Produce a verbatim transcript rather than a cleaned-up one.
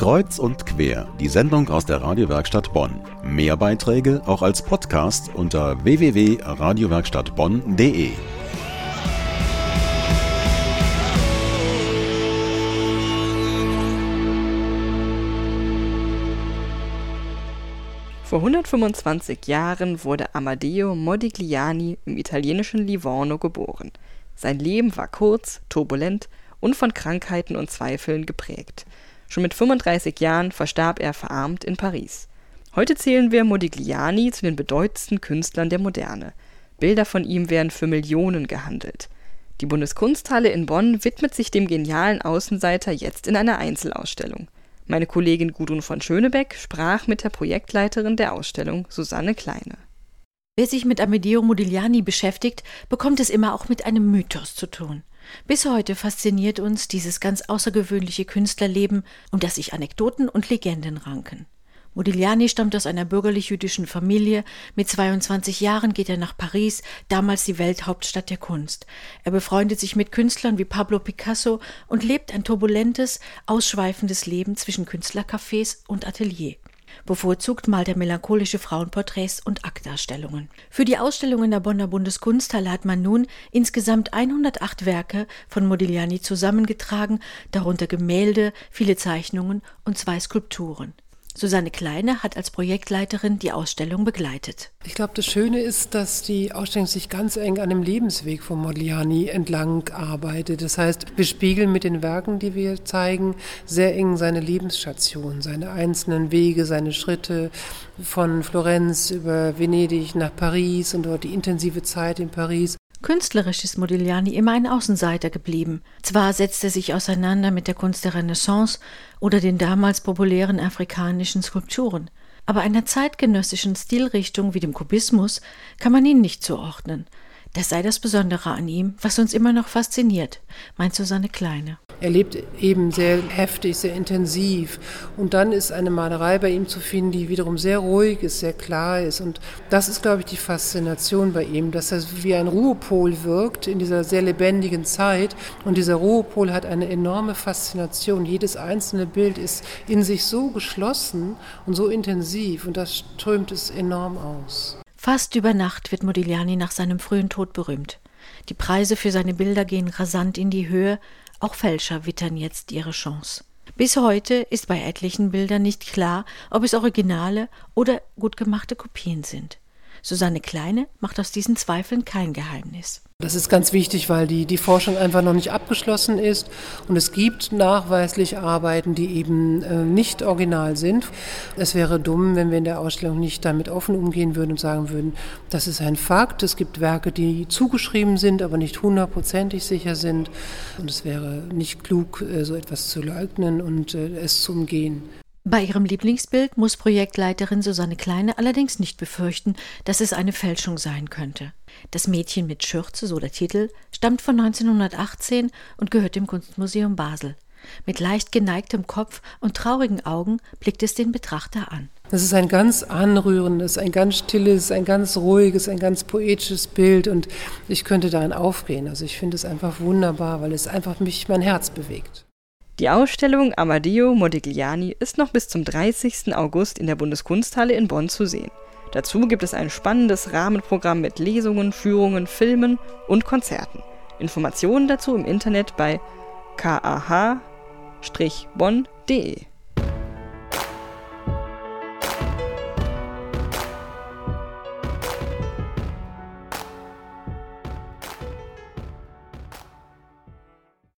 Kreuz und quer, die Sendung aus der Radiowerkstatt Bonn. Mehr Beiträge auch als Podcast unter w w w punkt radiowerkstattbonn punkt d e. Vor hundertfünfundzwanzig Jahren wurde Amadeo Modigliani im italienischen Livorno geboren. Sein Leben war kurz, turbulent und von Krankheiten und Zweifeln geprägt. Schon mit fünfunddreißig Jahren verstarb er verarmt in Paris. Heute zählen wir Modigliani zu den bedeutendsten Künstlern der Moderne. Bilder von ihm werden für Millionen gehandelt. Die Bundeskunsthalle in Bonn widmet sich dem genialen Außenseiter jetzt in einer Einzelausstellung. Meine Kollegin Gudrun von Schönebeck sprach mit der Projektleiterin der Ausstellung, Susanne Kleine. Wer sich mit Amedeo Modigliani beschäftigt, bekommt es immer auch mit einem Mythos zu tun. Bis heute fasziniert uns dieses ganz außergewöhnliche Künstlerleben, um das sich Anekdoten und Legenden ranken. Modigliani stammt aus einer bürgerlich-jüdischen Familie. Mit zweiundzwanzig Jahren geht er nach Paris, damals die Welthauptstadt der Kunst. Er befreundet sich mit Künstlern wie Pablo Picasso und lebt ein turbulentes, ausschweifendes Leben zwischen Künstlercafés und Atelier. Bevorzugt malt er melancholische Frauenporträts und Aktdarstellungen. Für die Ausstellung in der Bonner Bundeskunsthalle hat man nun insgesamt hundertacht Werke von Modigliani zusammengetragen, darunter Gemälde, viele Zeichnungen und zwei Skulpturen. Susanne Kleine hat als Projektleiterin die Ausstellung begleitet. Ich glaube, das Schöne ist, dass die Ausstellung sich ganz eng an dem Lebensweg von Modigliani entlang arbeitet. Das heißt, wir spiegeln mit den Werken, die wir zeigen, sehr eng seine Lebensstation, seine einzelnen Wege, seine Schritte von Florenz über Venedig nach Paris und dort die intensive Zeit in Paris. Künstlerisch ist Modigliani immer ein Außenseiter geblieben. Zwar setzt er sich auseinander mit der Kunst der Renaissance oder den damals populären afrikanischen Skulpturen, aber einer zeitgenössischen Stilrichtung wie dem Kubismus kann man ihn nicht zuordnen. Das sei das Besondere an ihm, was uns immer noch fasziniert, meint Susanne Kleine. Er lebt eben sehr heftig, sehr intensiv. Und dann ist eine Malerei bei ihm zu finden, die wiederum sehr ruhig ist, sehr klar ist. Und das ist, glaube ich, die Faszination bei ihm, dass er wie ein Ruhepol wirkt in dieser sehr lebendigen Zeit. Und dieser Ruhepol hat eine enorme Faszination. Jedes einzelne Bild ist in sich so geschlossen und so intensiv. Und das strömt es enorm aus. Fast über Nacht wird Modigliani nach seinem frühen Tod berühmt. Die Preise für seine Bilder gehen rasant in die Höhe, auch Fälscher wittern jetzt ihre Chance. Bis heute ist bei etlichen Bildern nicht klar, ob es Originale oder gut gemachte Kopien sind. Susanne Kleine macht aus diesen Zweifeln kein Geheimnis. Das ist ganz wichtig, weil die, die Forschung einfach noch nicht abgeschlossen ist und es gibt nachweislich Arbeiten, die eben äh, nicht original sind. Es wäre dumm, wenn wir in der Ausstellung nicht damit offen umgehen würden und sagen würden, das ist ein Fakt. Es gibt Werke, die zugeschrieben sind, aber nicht hundertprozentig sicher sind und es wäre nicht klug, äh, so etwas zu leugnen und äh, es zu umgehen. Bei ihrem Lieblingsbild muss Projektleiterin Susanne Kleine allerdings nicht befürchten, dass es eine Fälschung sein könnte. Das Mädchen mit Schürze, so der Titel, stammt von neunzehnhundertachtzehn und gehört dem Kunstmuseum Basel. Mit leicht geneigtem Kopf und traurigen Augen blickt es den Betrachter an. Das ist ein ganz anrührendes, ein ganz stilles, ein ganz ruhiges, ein ganz poetisches Bild und ich könnte darin aufgehen. Also ich finde es einfach wunderbar, weil es einfach mich mein Herz bewegt. Die Ausstellung Amadeo Modigliani ist noch bis zum dreißigsten August in der Bundeskunsthalle in Bonn zu sehen. Dazu gibt es ein spannendes Rahmenprogramm mit Lesungen, Führungen, Filmen und Konzerten. Informationen dazu im Internet bei k a h Bindestrich bonn punkt d e.